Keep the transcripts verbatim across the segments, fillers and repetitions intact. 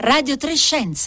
Radio tre Scienza.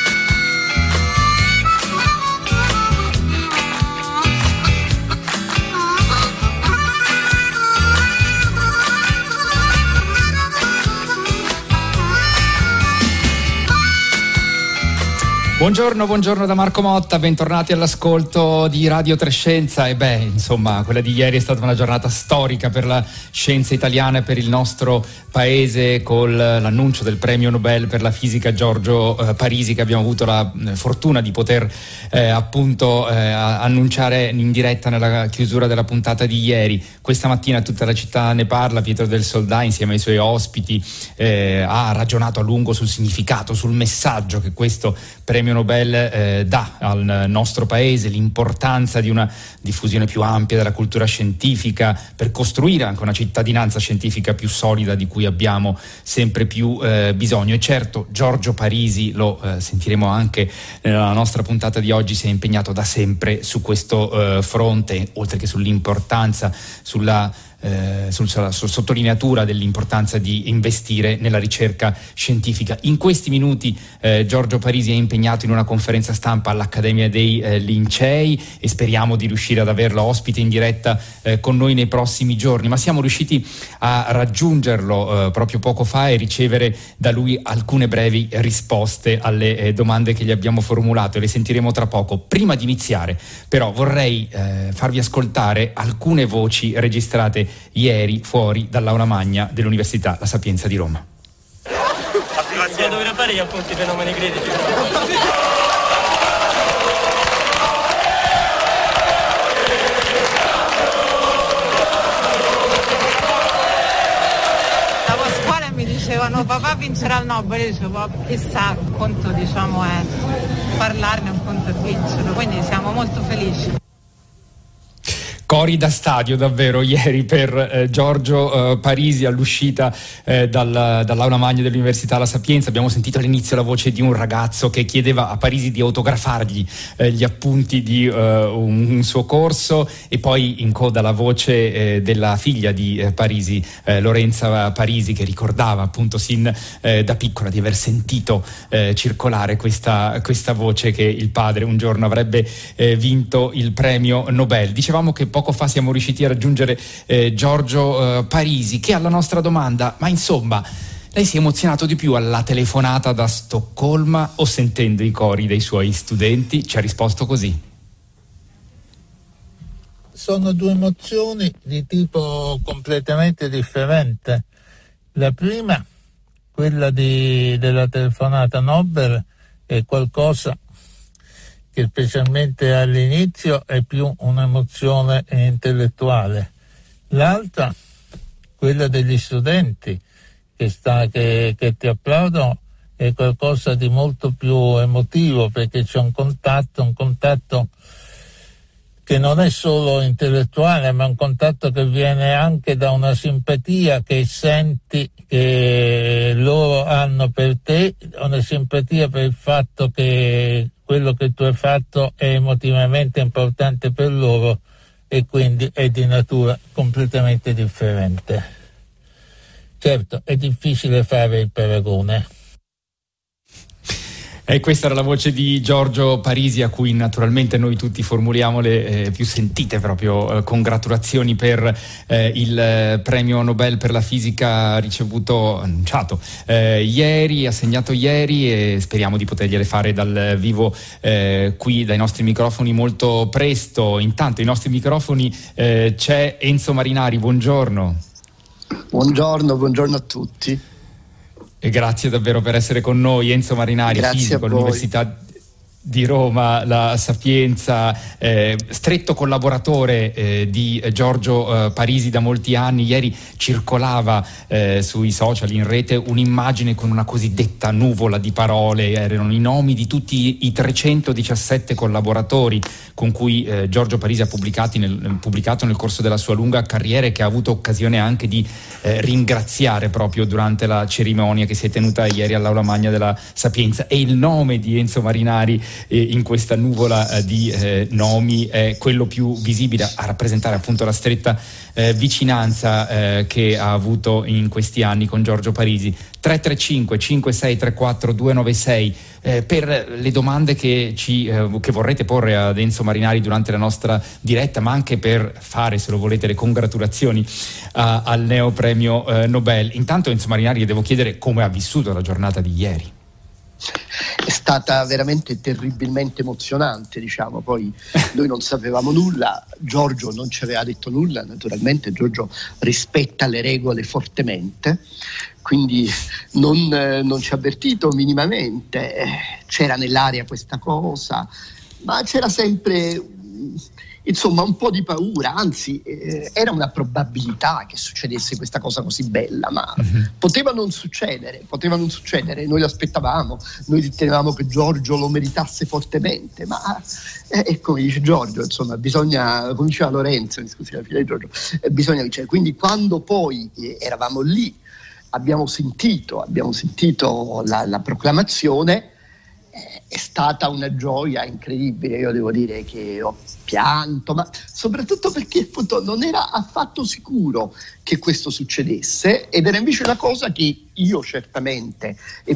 Buongiorno, buongiorno da Marco Motta, bentornati all'ascolto di Radio tre Scienza. E beh, insomma, quella di ieri è stata una giornata storica per la scienza italiana e per il nostro paese, con l'annuncio del premio Nobel per la fisica Giorgio eh, Parisi, che abbiamo avuto la eh, fortuna di poter eh, appunto eh, annunciare in diretta nella chiusura della puntata di ieri. Questa mattina tutta la città ne parla. Pietro del Soldà, insieme ai suoi ospiti, eh, ha ragionato a lungo sul significato, sul messaggio che questo premio Nobel eh, dà al nostro paese, l'importanza di una diffusione più ampia della cultura scientifica per costruire anche una cittadinanza scientifica più solida di cui abbiamo sempre più eh, bisogno. E certo, Giorgio Parisi, lo eh, sentiremo anche nella nostra puntata di oggi, si è impegnato da sempre su questo eh, fronte, oltre che sull'importanza, sulla Eh, sulla sottolineatura dell'importanza di investire nella ricerca scientifica. In questi minuti eh, Giorgio Parisi è impegnato in una conferenza stampa all'Accademia dei eh, Lincei e speriamo di riuscire ad averlo ospite in diretta eh, con noi nei prossimi giorni, ma siamo riusciti a raggiungerlo eh, proprio poco fa e ricevere da lui alcune brevi risposte alle eh, domande che gli abbiamo formulato, e le sentiremo tra poco. Prima di iniziare però vorrei eh, farvi ascoltare alcune voci registrate ieri fuori dall'aula magna dell'Università La Sapienza di Roma. Cosa dovrei fare gli appunti fenomeni critici? Stavo a scuola e mi dicevano papà vincerà il Nobel, io dicevo chissà, un conto diciamo è parlarne, un conto è vincerlo, quindi siamo molto felici. Cori da stadio davvero ieri per eh, Giorgio eh, Parisi all'uscita eh, dal, dall'aula magna dell'Università La Sapienza. Abbiamo sentito all'inizio la voce di un ragazzo che chiedeva a Parisi di autografargli eh, gli appunti di eh, un, un suo corso, e poi in coda la voce eh, della figlia di eh, Parisi, eh, Lorenza Parisi, che ricordava appunto sin eh, da piccola di aver sentito eh, circolare questa, questa voce che il padre un giorno avrebbe eh, vinto il premio Nobel. Dicevamo che poco fa siamo riusciti a raggiungere eh, Giorgio eh, Parisi, che alla nostra domanda "ma insomma, lei si è emozionato di più alla telefonata da Stoccolma o sentendo i cori dei suoi studenti?" ci ha risposto così. Sono due emozioni di tipo completamente differente. La prima, quella di, della telefonata Nobel, è qualcosa che specialmente all'inizio è più un'emozione intellettuale. L'altra, quella degli studenti che, sta, che, che ti applaudono, è qualcosa di molto più emotivo, perché c'è un contatto, un contatto che non è solo intellettuale, ma un contatto che viene anche da una simpatia che senti che loro hanno per te, una simpatia per il fatto che quello che tu hai fatto è emotivamente importante per loro e quindi è di natura completamente differente. Certo, è difficile fare il paragone. E questa era la voce di Giorgio Parisi, a cui naturalmente noi tutti formuliamo le eh, più sentite proprio eh, congratulazioni per eh, il eh, premio Nobel per la fisica ricevuto, annunciato eh, ieri, assegnato ieri, e speriamo di potergliele fare dal vivo eh, qui dai nostri microfoni molto presto. Intanto ai nostri microfoni eh, c'è Enzo Marinari, buongiorno. Buongiorno, buongiorno a tutti. E grazie davvero per essere con noi. Enzo Marinari, grazie fisico all'Università di Roma, La Sapienza, eh, stretto collaboratore eh, di Giorgio eh, Parisi da molti anni. Ieri circolava eh, sui social, in rete, un'immagine con una cosiddetta nuvola di parole. Erano i nomi di tutti i trecentodiciassette collaboratori con cui eh, Giorgio Parisi ha pubblicato nel, pubblicato nel corso della sua lunga carriera, e che ha avuto occasione anche di eh, ringraziare proprio durante la cerimonia che si è tenuta ieri all'aula magna della Sapienza. E il nome di Enzo Marinari eh, in questa nuvola eh, di eh, nomi è quello più visibile a rappresentare appunto la stretta eh, vicinanza eh, che ha avuto in questi anni con Giorgio Parisi. Tre tre cinque cinque sei tre quattro due nove sei eh, per le domande che ci eh, che vorrete porre ad Enzo Marinari durante la nostra diretta, ma anche per fare, se lo volete, le congratulazioni a, al neopremio eh, Nobel. Intanto, Enzo Marinari, devo chiedere come ha vissuto la giornata di ieri. È stata veramente terribilmente emozionante, diciamo. Poi noi non sapevamo nulla, Giorgio non ci aveva detto nulla, naturalmente Giorgio rispetta le regole fortemente, quindi non, eh, non ci ha avvertito minimamente. Eh, c'era nell'aria questa cosa, ma c'era sempre insomma un po' di paura, anzi eh, era una probabilità che succedesse questa cosa così bella, ma mm-hmm. poteva non succedere, poteva non succedere, noi lo aspettavamo, noi ritenevamo che Giorgio lo meritasse fortemente, ma eh, è come dice Giorgio, insomma bisogna, come diceva Lorenzo, scusi la figlia di Giorgio, eh, bisogna vincere. Quindi quando poi eh, eravamo lì, abbiamo sentito, abbiamo sentito la, la proclamazione, è stata una gioia incredibile. Io devo dire che ho pianto, ma soprattutto perché appunto non era affatto sicuro che questo succedesse, ed era invece una cosa che io certamente e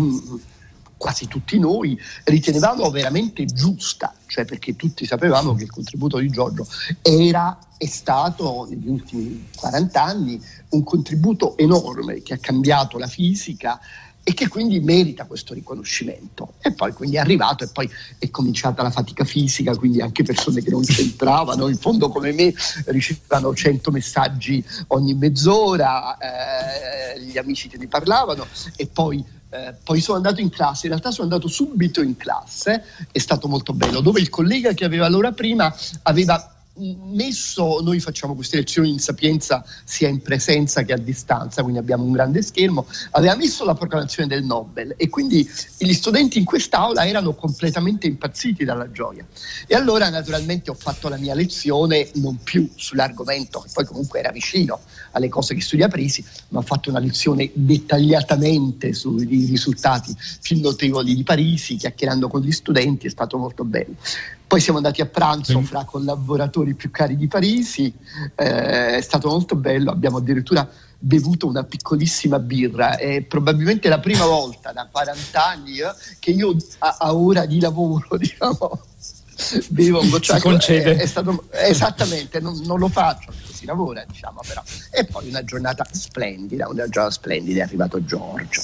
quasi tutti noi ritenevamo veramente giusta, cioè perché tutti sapevamo che il contributo di Giorgio era è stato negli ultimi quaranta anni un contributo enorme che ha cambiato la fisica e che quindi merita questo riconoscimento. E poi quindi è arrivato, e poi è cominciata la fatica fisica, quindi anche persone che non c'entravano, in fondo come me, ricevevano cento messaggi ogni mezz'ora, eh, gli amici che ne parlavano, e poi Eh, poi sono andato in classe, in realtà sono andato subito in classe, è stato molto bello, dove il collega che aveva l'ora prima aveva messo, noi facciamo queste lezioni in Sapienza sia in presenza che a distanza, quindi abbiamo un grande schermo, aveva messo la proclamazione del Nobel e quindi gli studenti in quest'aula erano completamente impazziti dalla gioia. E allora naturalmente ho fatto la mia lezione non più sull'argomento, che poi comunque era vicino alle cose che studia Parisi, ma ho fatto una lezione dettagliatamente sui risultati più notevoli di Parisi, chiacchierando con gli studenti, è stato molto bello. Poi siamo andati a pranzo mm. fra collaboratori più cari di Parisi, eh, è stato molto bello, abbiamo addirittura bevuto una piccolissima birra, è probabilmente la prima volta da quaranta anni eh, che io a, a ora di lavoro, diciamo, bevo un gocciaccio. Si concede. È, è stato, esattamente, non, non lo faccio, si lavora, diciamo, però. E poi una giornata splendida, una giornata splendida, è arrivato Giorgio.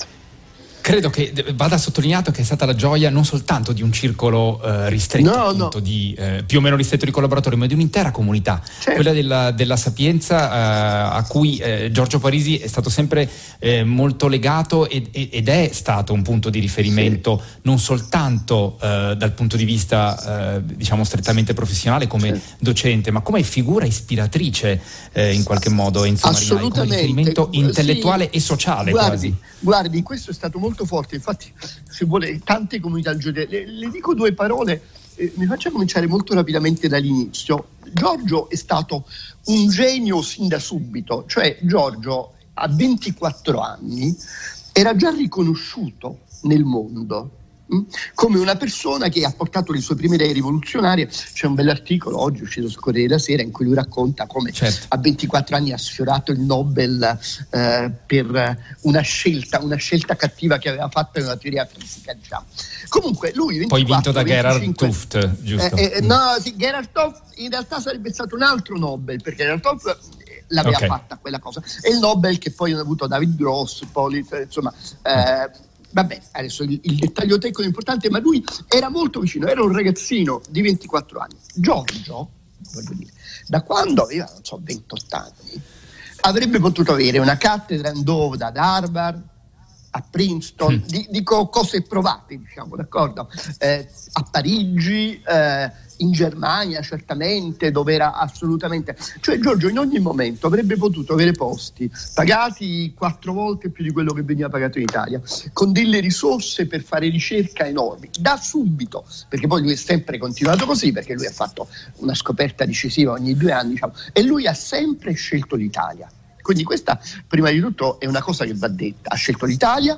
Credo che vada sottolineato che è stata la gioia non soltanto di un circolo eh, ristretto, no, appunto, no. di eh, più o meno ristretto di collaboratori, ma di un'intera comunità, certo. Quella della, della Sapienza, eh, a cui eh, Giorgio Parisi è stato sempre eh, molto legato ed, ed è stato un punto di riferimento, sì. non soltanto eh, dal punto di vista eh, diciamo strettamente professionale come certo. docente, ma come figura ispiratrice eh, in qualche modo, Enzo Marinari, come riferimento intellettuale sì. e sociale. Guardi, quasi. Guardi, questo è stato molto forte, infatti se vuole tante comunità giudee, le, le dico due parole, eh, mi faccia cominciare molto rapidamente dall'inizio. Giorgio è stato un genio sin da subito, cioè Giorgio a ventiquattro anni era già riconosciuto nel mondo come una persona che ha portato le sue prime idee rivoluzionarie. C'è un bell'articolo oggi uscito sul Corriere della Sera in cui lui racconta come certo. a ventiquattro anni ha sfiorato il Nobel eh, per una scelta una scelta cattiva che aveva fatto in una teoria fisica, diciamo. Comunque lui ventiquattro, poi vinto da venticinque, Gerhard Tufte, giusto? Eh, eh, no, sì, Gerhard Tufte in realtà sarebbe stato un altro Nobel, perché Gerhard Tufte l'aveva okay. fatta quella cosa, e il Nobel che poi hanno avuto David Gross, Politzer, insomma eh, vabbè, adesso il, il dettaglio tecnico è importante, ma lui era molto vicino, era un ragazzino di ventiquattro anni. Giorgio, voglio dire, da quando aveva, non so, ventotto anni, avrebbe potuto avere una cattedra Andover ad Harvard, a Princeton, mm. di, dico cose provate, diciamo, d'accordo? Eh, a Parigi, eh, in Germania certamente, dove era assolutamente... Cioè Giorgio in ogni momento avrebbe potuto avere posti pagati quattro volte più di quello che veniva pagato in Italia, con delle risorse per fare ricerca enormi, da subito, perché poi lui è sempre continuato così, perché lui ha fatto una scoperta decisiva ogni due anni, diciamo, e lui ha sempre scelto l'Italia. Quindi questa, prima di tutto, è una cosa che va detta. Ha scelto l'Italia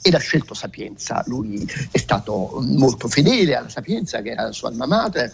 ed ha scelto Sapienza. Lui è stato molto fedele alla Sapienza, che era la sua alma mater,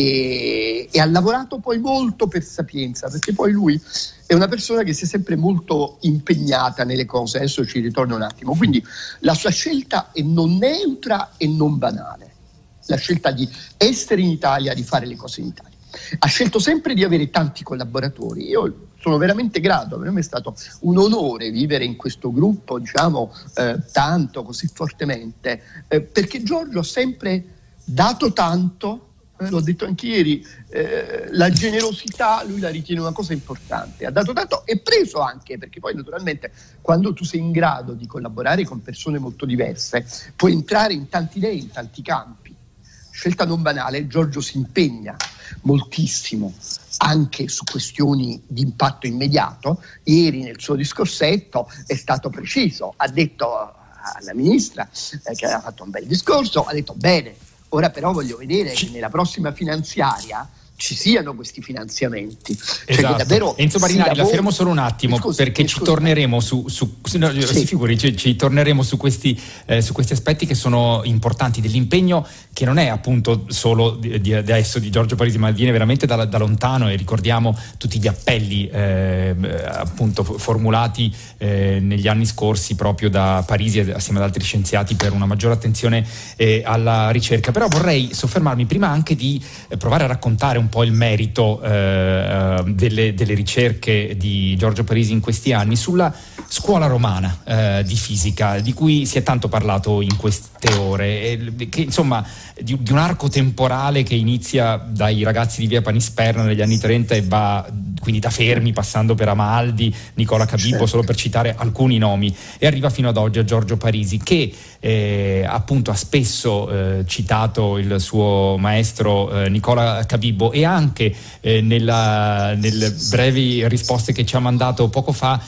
e, e ha lavorato poi molto per Sapienza, perché poi lui è una persona che si è sempre molto impegnata nelle cose. Adesso ci ritorno un attimo. Quindi la sua scelta è non neutra e non banale, la scelta di essere in Italia, di fare le cose in Italia. Ha scelto sempre di avere tanti collaboratori. Io sono veramente grato, per me è stato un onore vivere in questo gruppo, diciamo, eh, tanto, così fortemente, eh, perché Giorgio ha sempre dato tanto, eh, l'ho detto anche ieri, eh, la generosità lui la ritiene una cosa importante, ha dato tanto e preso anche, perché poi naturalmente quando tu sei in grado di collaborare con persone molto diverse puoi entrare in tanti idee, in tanti campi. Scelta non banale, Giorgio si impegna moltissimo anche su questioni di impatto immediato. Ieri nel suo discorsetto è stato preciso, ha detto alla ministra eh, che aveva fatto un bel discorso, ha detto bene, ora però voglio vedere che nella prossima finanziaria ci siano questi finanziamenti. Esatto. Cioè, davvero Enzo Marinari, lavora... la fermo solo un attimo, scusi, perché ci scusi. torneremo su, su, no, sì. si figuri, ci, ci torneremo su questi, eh, su questi aspetti che sono importanti dell'impegno, che non è appunto solo di, di adesso di Giorgio Parisi, ma viene veramente da, da lontano, e ricordiamo tutti gli appelli eh, appunto formulati eh, negli anni scorsi proprio da Parisi assieme ad altri scienziati per una maggiore attenzione eh, alla ricerca. Però vorrei soffermarmi prima anche di eh, provare a raccontare un po' il merito eh, delle, delle ricerche di Giorgio Parisi in questi anni sulla scuola romana eh, di fisica, di cui si è tanto parlato in queste ore, e che insomma di, di un arco temporale che inizia dai ragazzi di via Panisperna negli anni trenta e va quindi da Fermi, passando per Amaldi, Nicola Cabibbo, certo, solo per citare alcuni nomi, e arriva fino ad oggi a Giorgio Parisi, che eh, appunto ha spesso eh, citato il suo maestro eh, Nicola Cabibbo, e anche eh, nella, nelle brevi risposte che ci ha mandato poco fa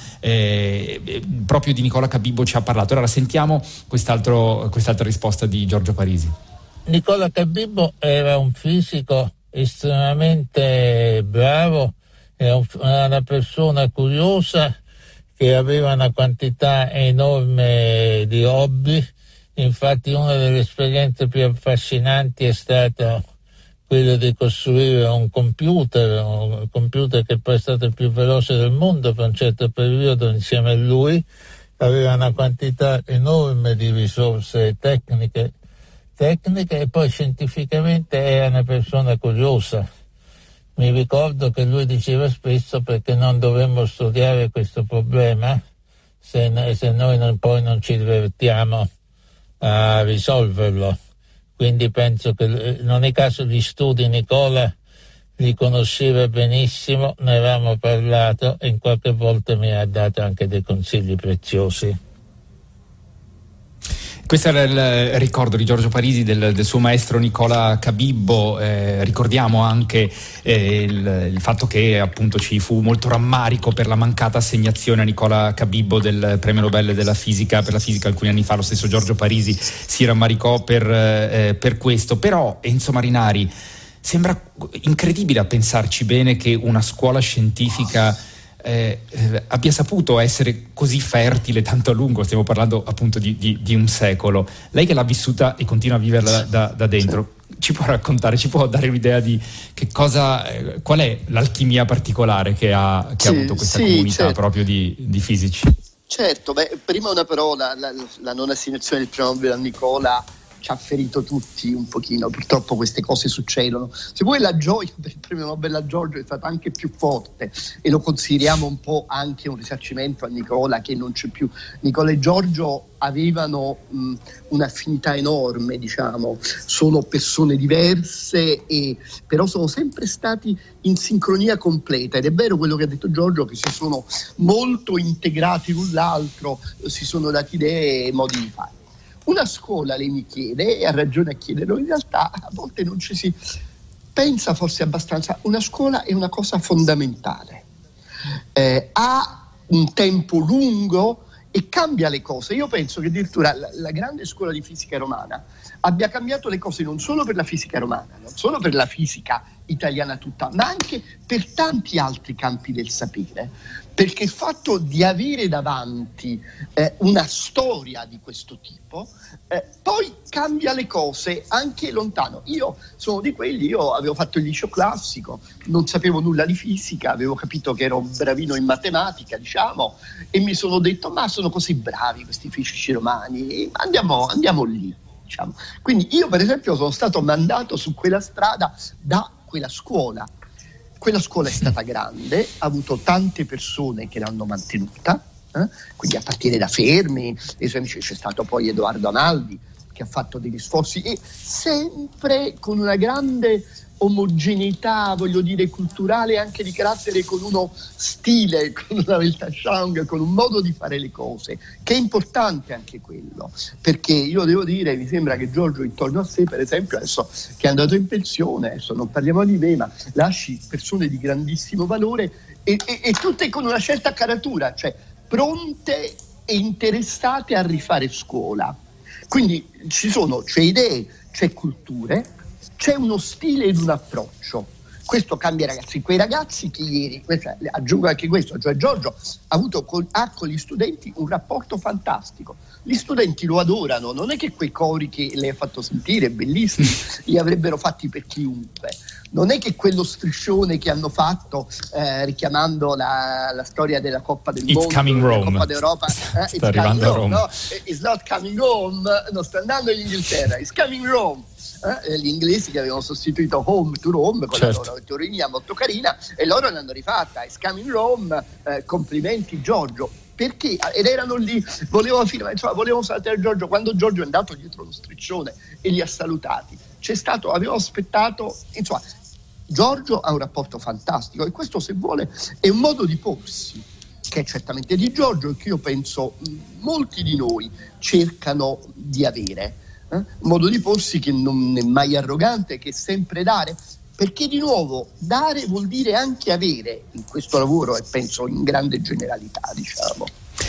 eh, proprio di Nicola Cabibbo ci ha parlato. Ora sentiamo quest'altro, quest'altra risposta di Giorgio Parisi. Nicola Cabibbo era un fisico estremamente bravo, era una persona curiosa che aveva una quantità enorme di hobby. Infatti una delle esperienze più affascinanti è stata quello di costruire un computer, un computer che poi è stato il più veloce del mondo per un certo periodo insieme a lui. Aveva una quantità enorme di risorse tecniche, tecniche e poi scientificamente era una persona curiosa. Mi ricordo che lui diceva spesso: perché non dovremmo studiare questo problema se, se noi non, poi non ci divertiamo a risolverlo. Quindi penso che non è caso gli studi Nicola li conosceva benissimo, ne avevamo parlato e in qualche volta mi ha dato anche dei consigli preziosi. Questo era il ricordo di Giorgio Parisi del, del suo maestro Nicola Cabibbo. Eh, ricordiamo anche eh, il, il fatto che appunto ci fu molto rammarico per la mancata assegnazione a Nicola Cabibbo del premio Nobel della fisica per la fisica alcuni anni fa. Lo stesso Giorgio Parisi si rammaricò per, eh, per questo. Però Enzo Marinari, sembra incredibile a pensarci bene che una scuola scientifica Eh, eh, abbia saputo essere così fertile tanto a lungo. Stiamo parlando appunto di, di, di un secolo. Lei che l'ha vissuta e continua a viverla da, da dentro, ci può raccontare, ci può dare un'idea di che cosa, eh, qual è l'alchimia particolare che ha, che sì, ha avuto questa sì, comunità certo. proprio di, di fisici? Certo, beh, prima una parola, la, la non assegnazione del premio Nobel a Nicola ci ha ferito tutti un pochino, purtroppo queste cose succedono. Se vuoi, la gioia per il premio Nobel a Giorgio è stata anche più forte e lo consideriamo un po' anche un risarcimento a Nicola che non c'è più. Nicola e Giorgio avevano mh, un'affinità enorme, diciamo, sono persone diverse e però sono sempre stati in sincronia completa, ed è vero quello che ha detto Giorgio, che si sono molto integrati l'un l'altro, si sono dati idee e modi di fare. Una scuola, lei mi chiede, e ha ragione a chiederlo, in realtà a volte non ci si pensa forse abbastanza. Una scuola è una cosa fondamentale, eh, ha un tempo lungo e cambia le cose. Io penso che addirittura la, la grande scuola di fisica romana abbia cambiato le cose non solo per la fisica romana, non solo per la fisica italiana tutta, ma anche per tanti altri campi del sapere. perché il fatto di avere davanti eh, una storia di questo tipo eh, poi cambia le cose anche lontano. Io sono di quelli, io avevo fatto il liceo classico, non sapevo nulla di fisica, avevo capito che ero bravino in matematica, diciamo, e mi sono detto ma sono così bravi questi fisici romani, andiamo, andiamo lì, diciamo. Quindi io per esempio sono stato mandato su quella strada da quella scuola. Quella scuola è stata grande, ha avuto tante persone che l'hanno mantenuta, eh? Quindi a partire da Fermi, e i suoi amici, c'è stato poi Edoardo Analdi che ha fatto degli sforzi, e sempre con una grande omogeneità, voglio dire, culturale, anche di carattere, con uno stile, con una Weltanschauung, con un modo di fare le cose, che è importante anche quello, perché io devo dire, mi sembra che Giorgio intorno a sé, per esempio, adesso che è andato in pensione, adesso non parliamo di me, ma lasci persone di grandissimo valore e, e, e tutte con una certa caratura, cioè pronte e interessate a rifare scuola. Quindi ci sono, c'è idee, c'è culture, c'è uno stile ed un approccio. Questo cambia, ragazzi. Quei ragazzi che ieri, questa, aggiungo anche questo, cioè Giorgio ha avuto con, ha con gli studenti un rapporto fantastico. Gli studenti lo adorano, non è che quei cori che lei ha fatto sentire, bellissimi, li avrebbero fatti per chiunque. Non è che quello striscione che hanno fatto eh, richiamando la, la storia della Coppa del It's Mondo, coming della Rome. Coppa d'Europa, eh, sta arrivando a Roma. No, it's not coming home, non sta andando in Inghilterra, it's coming Rome. Eh, gli inglesi che avevano sostituito Home to Rome con certo. la loro teoria molto carina, e loro l'hanno rifatta, it's coming Rome, eh, complimenti Giorgio. Perché? Ed erano lì, volevano firmare, insomma, volevano saltare Giorgio. Quando Giorgio è andato dietro lo striscione e li ha salutati, c'è stato, avevamo aspettato, insomma, Giorgio ha un rapporto fantastico, e questo, se vuole, è un modo di porsi che è certamente di Giorgio e che io penso molti di noi cercano di avere, eh? Un modo di porsi che non è mai arrogante, che è sempre dare, perché di nuovo dare vuol dire anche avere in questo lavoro, e penso in grande generalità, diciamo.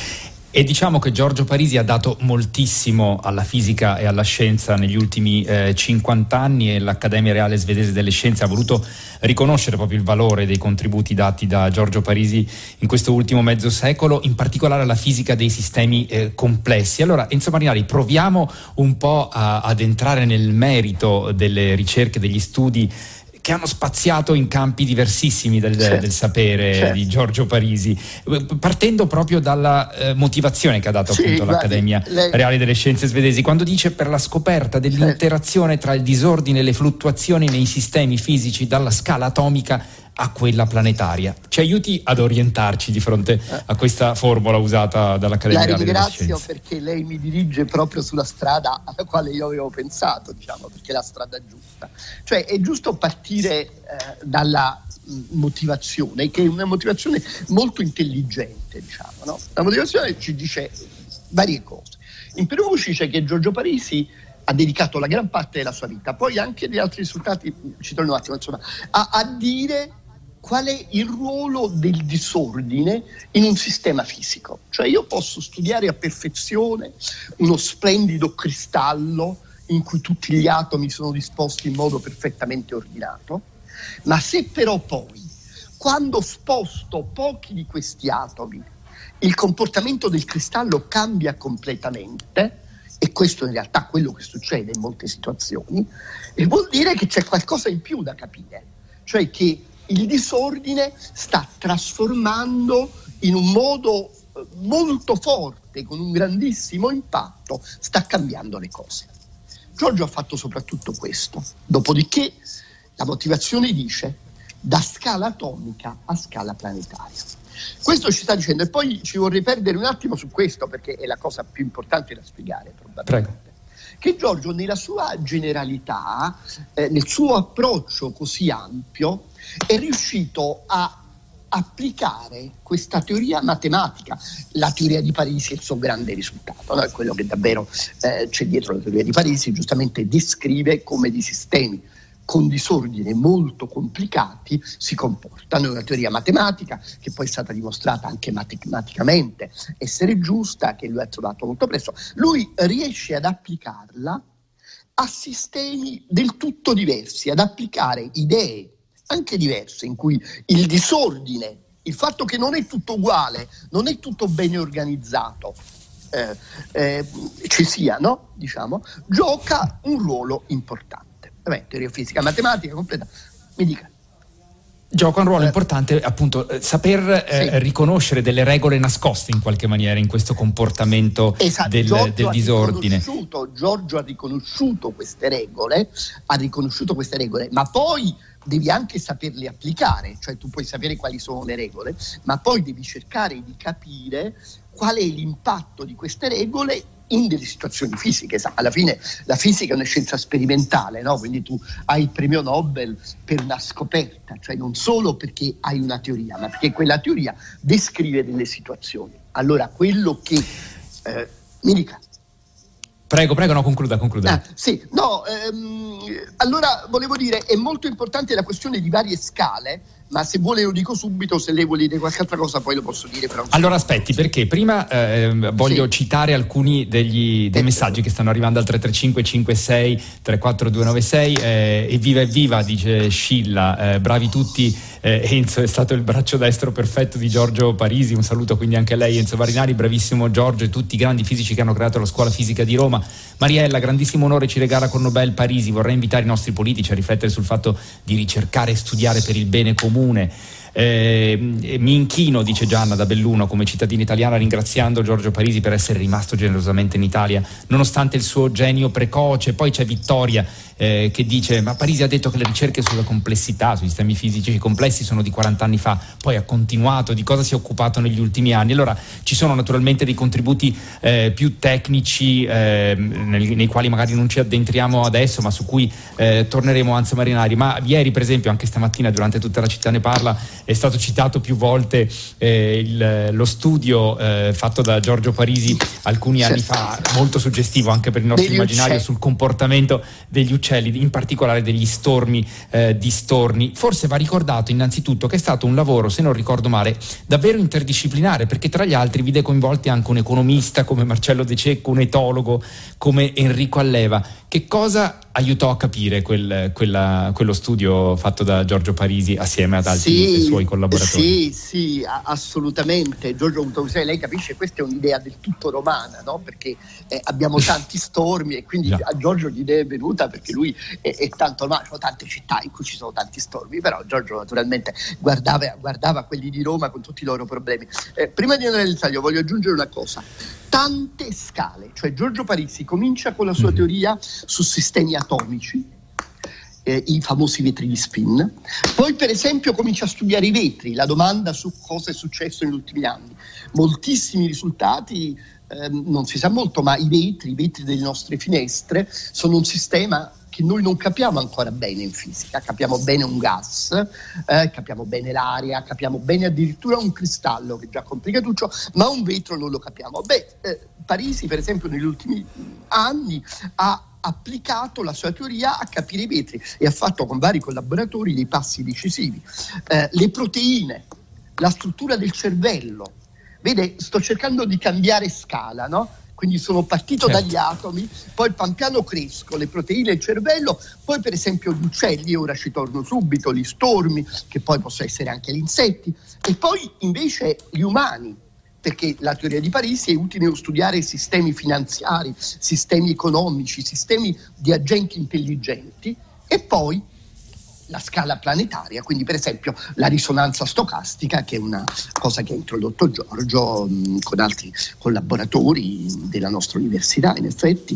E diciamo che Giorgio Parisi ha dato moltissimo alla fisica e alla scienza negli ultimi eh, cinquanta anni, e l'Accademia Reale Svedese delle Scienze ha voluto riconoscere proprio il valore dei contributi dati da Giorgio Parisi in questo ultimo mezzo secolo, in particolare alla fisica dei sistemi eh, complessi. Allora, Enzo Marinari, proviamo un po' a, ad entrare nel merito delle ricerche, degli studi che hanno spaziato in campi diversissimi del, certo. del sapere certo. di Giorgio Parisi, partendo proprio dalla eh, motivazione che ha dato sì, appunto guardi, l'Accademia lei... Reale delle Scienze Svedesi, quando dice: per la scoperta dell'interazione tra il disordine e le fluttuazioni nei sistemi fisici dalla scala atomica a quella planetaria. Ci aiuti ad orientarci di fronte a questa formula usata dall'Accademia Reale delle Scienze. La ringrazio perché lei mi dirige proprio sulla strada alla quale io avevo pensato, diciamo, perché è la strada giusta. Cioè è giusto partire eh, dalla motivazione, che è una motivazione molto intelligente, diciamo, no? La motivazione ci dice varie cose. In primo luogo ci dice che Giorgio Parisi ha dedicato la gran parte della sua vita, poi anche gli altri risultati, ci torno un attimo, insomma, a, a dire qual è il ruolo del disordine in un sistema fisico. Cioè io posso studiare a perfezione uno splendido cristallo in cui tutti gli atomi sono disposti in modo perfettamente ordinato, ma se però poi, quando sposto pochi di questi atomi, il comportamento del cristallo cambia completamente, e questo in realtà è quello che succede in molte situazioni, e vuol dire che c'è qualcosa in più da capire, cioè che il disordine sta trasformando in un modo molto forte, con un grandissimo impatto, sta cambiando le cose. Giorgio ha fatto soprattutto questo, dopodiché la motivazione dice da scala atomica a scala planetaria. Questo ci sta dicendo, e poi ci vorrei perdere un attimo su questo perché è la cosa più importante da spiegare probabilmente. Prego. Che Giorgio nella sua generalità, eh, nel suo approccio così ampio, è riuscito a applicare questa teoria matematica. La teoria di Parisi è il suo grande risultato, no? È quello che davvero eh, c'è dietro la teoria di Parisi, giustamente descrive come dei sistemi con disordine molto complicati si comportano. È una teoria matematica che poi è stata dimostrata anche matematicamente essere giusta, che lui ha trovato molto presto. Lui riesce ad applicarla a sistemi del tutto diversi, ad applicare idee anche diverse in cui il disordine il fatto che non è tutto uguale, non è tutto bene organizzato, eh, eh, ci sia, no? Diciamo, gioca un ruolo importante. Vabbè, teoria fisica, matematica completa, mi dica. Gioca un ruolo eh. importante, appunto, eh, saper eh, sì. riconoscere delle regole nascoste in qualche maniera in questo comportamento esatto. del, del disordine. Giorgio ha riconosciuto queste regole, ha riconosciuto queste regole, ma poi devi anche saperle applicare, cioè tu puoi sapere quali sono le regole, ma poi devi cercare di capire qual è l'impatto di queste regole in delle situazioni fisiche. Alla fine la fisica è una scienza sperimentale, no? Quindi tu hai il premio Nobel per una scoperta, cioè non solo perché hai una teoria, ma perché quella teoria descrive delle situazioni. Allora quello che eh, mi dica. Prego, prego, no, concluda, concluda. Ah, sì, no, ehm, allora volevo dire, è molto importante la questione di varie scale, ma se vuole lo dico subito, se lei vuole dire qualche altra cosa poi lo posso dire. Però allora aspetti, perché prima eh, voglio sì. citare alcuni degli, dei messaggi che stanno arrivando al tre tre cinque cinque sei tre quattro due nove sei. eh, evviva evviva, dice Scilla, eh, bravi tutti, eh, Enzo è stato il braccio destro perfetto di Giorgio Parisi, un saluto quindi anche a lei, Enzo Marinari, bravissimo Giorgio e tutti i grandi fisici che hanno creato la scuola fisica di Roma. Mariella, grandissimo onore, ci regala con Nobel Parisi, vorrei invitare i nostri politici a riflettere sul fatto di ricercare e studiare per il bene comune. Eh, mi inchino, dice Gianna da Belluno, come cittadina italiana, ringraziando Giorgio Parisi per essere rimasto generosamente in Italia nonostante il suo genio precoce. Poi c'è Vittoria eh, che dice: ma Parisi ha detto che le ricerche sulla complessità, sui sistemi fisici complessi sono di quaranta anni fa, poi ha continuato, di cosa si è occupato negli ultimi anni? Allora ci sono naturalmente dei contributi eh, più tecnici eh, nei, nei quali magari non ci addentriamo adesso, ma su cui eh, torneremo, Anzo Marinari. Ma ieri per esempio, anche stamattina durante Tutta la città ne parla, è stato citato più volte eh, il, lo studio eh, fatto da Giorgio Parisi alcuni anni fa, molto suggestivo anche per il nostro degli immaginario uccelli. Sul comportamento degli uccelli, in particolare degli stormi eh, di storni. Forse va ricordato innanzitutto che è stato un lavoro, se non ricordo male, davvero interdisciplinare, perché tra gli altri vide coinvolti anche un economista come Marcello De Cecco, un etologo come Enrico Alleva. Che cosa aiutò a capire quel, quella, quello studio fatto da Giorgio Parisi assieme ad altri sì, suoi collaboratori? Sì, sì, assolutamente. Giorgio, lei capisce, questa è un'idea del tutto romana, no? Perché eh, abbiamo tanti stormi e quindi a Giorgio l'idea è venuta perché lui è, è tanto romano, ci sono tante città in cui ci sono tanti stormi, però Giorgio naturalmente guardava, guardava quelli di Roma con tutti i loro problemi. Eh, prima di andare nel dettaglio voglio aggiungere una cosa: tante scale, cioè Giorgio Parisi comincia con la sua mm. teoria su sistemi atomici, eh, i famosi vetri di spin, poi per esempio comincia a studiare i vetri, la domanda su cosa è successo negli ultimi anni, moltissimi risultati, eh, non si sa molto, ma i vetri, i vetri delle nostre finestre sono un sistema che noi non capiamo ancora bene in fisica. Capiamo bene un gas, eh, capiamo bene l'aria, capiamo bene addirittura un cristallo, che è già complicatuccio, ma un vetro non lo capiamo. Beh, eh, Parisi per esempio negli ultimi anni ha applicato la sua teoria a capire i vetri e ha fatto con vari collaboratori dei passi decisivi. Eh, le proteine, la struttura del cervello. Vede, sto cercando di cambiare scala, no? Quindi sono partito certo. dagli atomi, poi pian piano cresco, le proteine e il cervello, poi per esempio gli uccelli, ora ci torno subito, gli stormi, che poi possono essere anche gli insetti, e poi invece gli umani, perché la teoria di Parisi è utile a studiare sistemi finanziari, sistemi economici, sistemi di agenti intelligenti, e poi la scala planetaria, quindi per esempio la risonanza stocastica, che è una cosa che ha introdotto Giorgio mh, con altri collaboratori della nostra università, in effetti,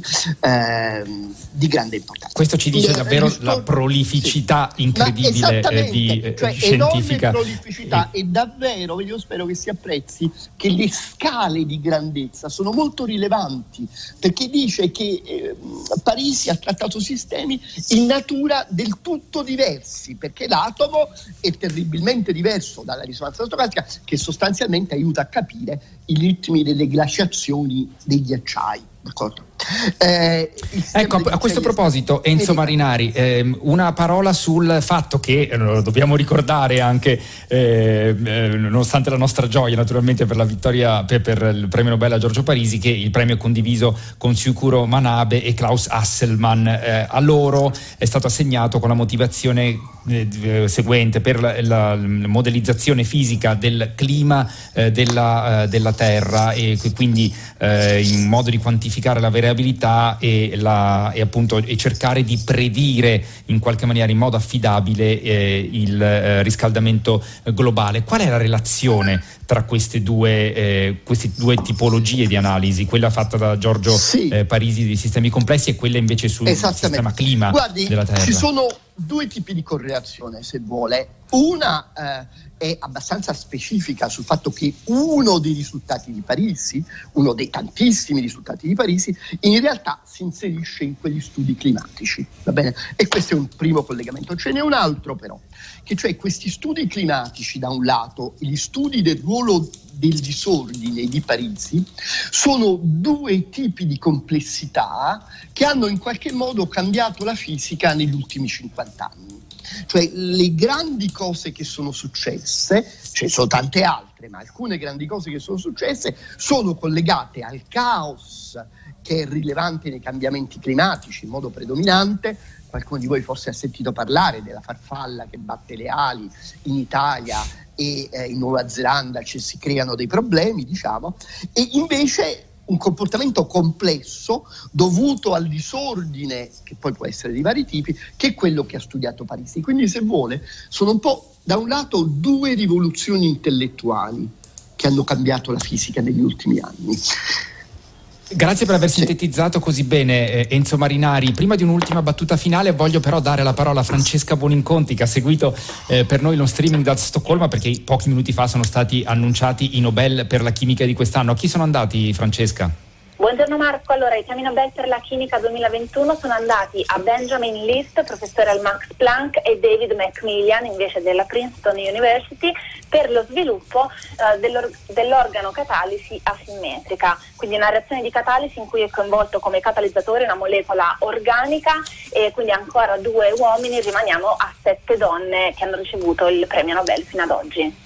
ehm, di grande importanza. Questo ci dice davvero rispondo, la prolificità sì. incredibile eh, di eh, cioè, scientifica. Enorme prolificità e, e davvero, io spero che si apprezzi che le scale di grandezza sono molto rilevanti, perché dice che eh, Parisi ha trattato sistemi in natura del tutto diversi, perché l'atomo è terribilmente diverso dalla risonanza stocastica, che sostanzialmente aiuta a capire i ritmi delle glaciazioni dei ghiacciai. D'accordo. Eh, ecco, a questo proposito, Enzo Marinari, eh, una parola sul fatto che, eh, lo dobbiamo ricordare anche, eh, eh, nonostante la nostra gioia naturalmente per la vittoria, per, per il premio Nobel a Giorgio Parisi, che il premio è condiviso con Syukuro Manabe e Klaus Hasselmann. Eh, a loro è stato assegnato con la motivazione eh, seguente: per la, la modellizzazione fisica del clima eh, della, eh, della Terra, e quindi eh, in modo di quantificare la variabilità e, la, e appunto e cercare di predire in qualche maniera in modo affidabile eh, il eh, riscaldamento globale. Qual è la relazione tra queste due, eh, queste due tipologie di analisi, quella fatta da Giorgio sì. eh, Parisi dei sistemi complessi e quella invece sul sistema clima Guardi, della Terra? Ci sono due tipi di correlazione, se vuole. Una eh, è abbastanza specifica sul fatto che uno dei risultati di Parisi, uno dei tantissimi risultati di Parisi, in realtà si inserisce in quegli studi climatici, va bene? E questo è un primo collegamento. Ce n'è un altro però, che cioè questi studi climatici da un lato e gli studi del ruolo del disordine di Parisi sono due tipi di complessità che hanno in qualche modo cambiato la fisica negli ultimi cinquanta anni. Cioè le grandi cose che sono successe, ce ne sono tante altre, ma alcune grandi cose che sono successe sono collegate al caos che è rilevante nei cambiamenti climatici in modo predominante. Qualcuno di voi forse ha sentito parlare della farfalla che batte le ali in Italia e eh, in Nuova Zelanda ci si creano dei problemi, diciamo, e invece un comportamento complesso dovuto al disordine, che poi può essere di vari tipi, che è quello che ha studiato Parisi. Quindi, se vuole, sono un po' da un lato due rivoluzioni intellettuali che hanno cambiato la fisica negli ultimi anni. Grazie per aver sintetizzato così bene, eh, Enzo Marinari. Prima di un'ultima battuta finale voglio però dare la parola a Francesca Buoninconti, che ha seguito eh, per noi lo streaming da Stoccolma, perché pochi minuti fa sono stati annunciati i Nobel per la chimica di quest'anno. A chi sono andati, Francesca? Buongiorno Marco, allora i premi Nobel per la chimica duemilaventuno sono andati a Benjamin List, professore al Max Planck, e David Macmillan, invece della Princeton University, per lo sviluppo eh, dell'or- dell'organo catalisi asimmetrica, quindi una reazione di catalisi in cui è coinvolto come catalizzatore una molecola organica, e quindi ancora due uomini, rimaniamo a sette donne che hanno ricevuto il premio Nobel fino ad oggi.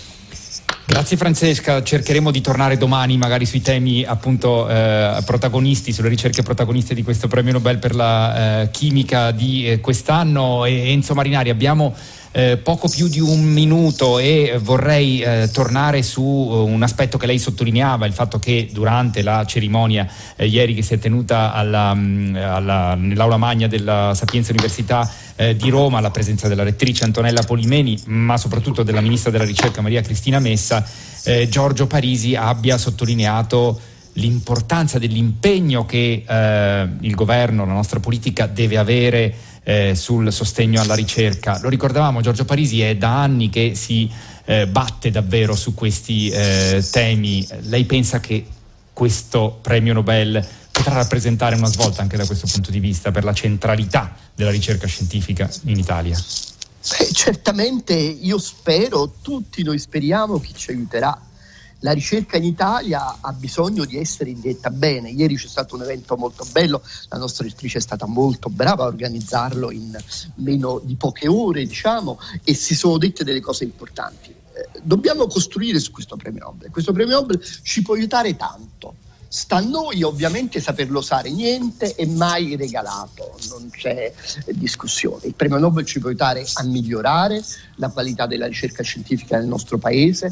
Grazie Francesca, cercheremo di tornare domani magari sui temi appunto eh, protagonisti, sulle ricerche protagoniste di questo premio Nobel per la eh, chimica di eh, quest'anno. E Enzo Marinari, abbiamo eh, poco più di un minuto e vorrei eh, tornare su un aspetto che lei sottolineava, il fatto che durante la cerimonia eh, ieri che si è tenuta alla, alla, nell'aula magna della Sapienza Università eh, di Roma, alla presenza della rettrice Antonella Polimeni, ma soprattutto della ministra della ricerca Maria Cristina Messa, eh, Giorgio Parisi abbia sottolineato l'importanza dell'impegno che eh, il governo, la nostra politica deve avere eh, sul sostegno alla ricerca. Lo ricordavamo, Giorgio Parisi è da anni che si eh, batte davvero su questi eh, temi. Lei pensa che questo premio Nobel potrà rappresentare una svolta anche da questo punto di vista per la centralità della ricerca scientifica in Italia? Beh, certamente io spero, tutti noi speriamo, chi ci aiuterà. La ricerca in Italia ha bisogno di essere diretta bene. Ieri c'è stato un evento molto bello, la nostra direttrice è stata molto brava a organizzarlo in meno di poche ore, diciamo, e si sono dette delle cose importanti. Eh, dobbiamo costruire su questo premio Nobel. Questo premio Nobel ci può aiutare tanto. Sta a noi ovviamente saperlo usare, niente è mai regalato, non c'è discussione. Il premio Nobel ci può aiutare a migliorare la qualità della ricerca scientifica nel nostro paese,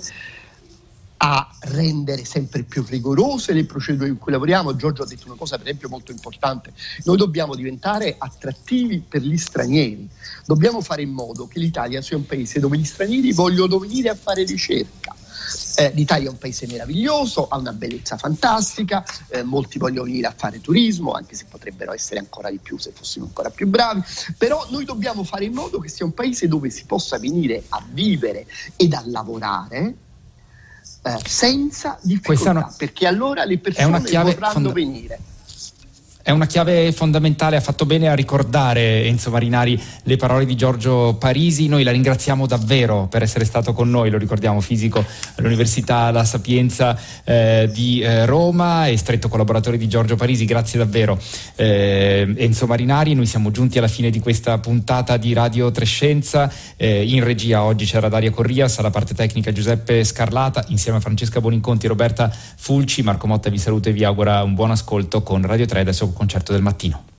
a rendere sempre più rigorose le procedure in cui lavoriamo. Giorgio ha detto una cosa per esempio molto importante: noi dobbiamo diventare attrattivi per gli stranieri, dobbiamo fare in modo che l'Italia sia un paese dove gli stranieri vogliono venire a fare ricerca. Eh, L'Italia è un paese meraviglioso, ha una bellezza fantastica, eh, molti vogliono venire a fare turismo, anche se potrebbero essere ancora di più se fossimo ancora più bravi, però noi dobbiamo fare in modo che sia un paese dove si possa venire a vivere ed a lavorare eh, senza difficoltà, una, perché allora le persone vorranno fonda- venire. È una chiave fondamentale, ha fatto bene a ricordare Enzo Marinari le parole di Giorgio Parisi. Noi la ringraziamo davvero per essere stato con noi, lo ricordiamo, fisico all'Università La Sapienza eh, di eh, Roma e stretto collaboratore di Giorgio Parisi, grazie davvero eh, Enzo Marinari. Noi siamo giunti alla fine di questa puntata di Radio Trescenza, eh, in regia oggi c'era Daria Corrias, alla parte tecnica Giuseppe Scarlata, insieme a Francesca Boninconti e Roberta Fulci. Marco Motta vi saluta e vi augura un buon ascolto con Radio tre, adesso Concerto del Mattino.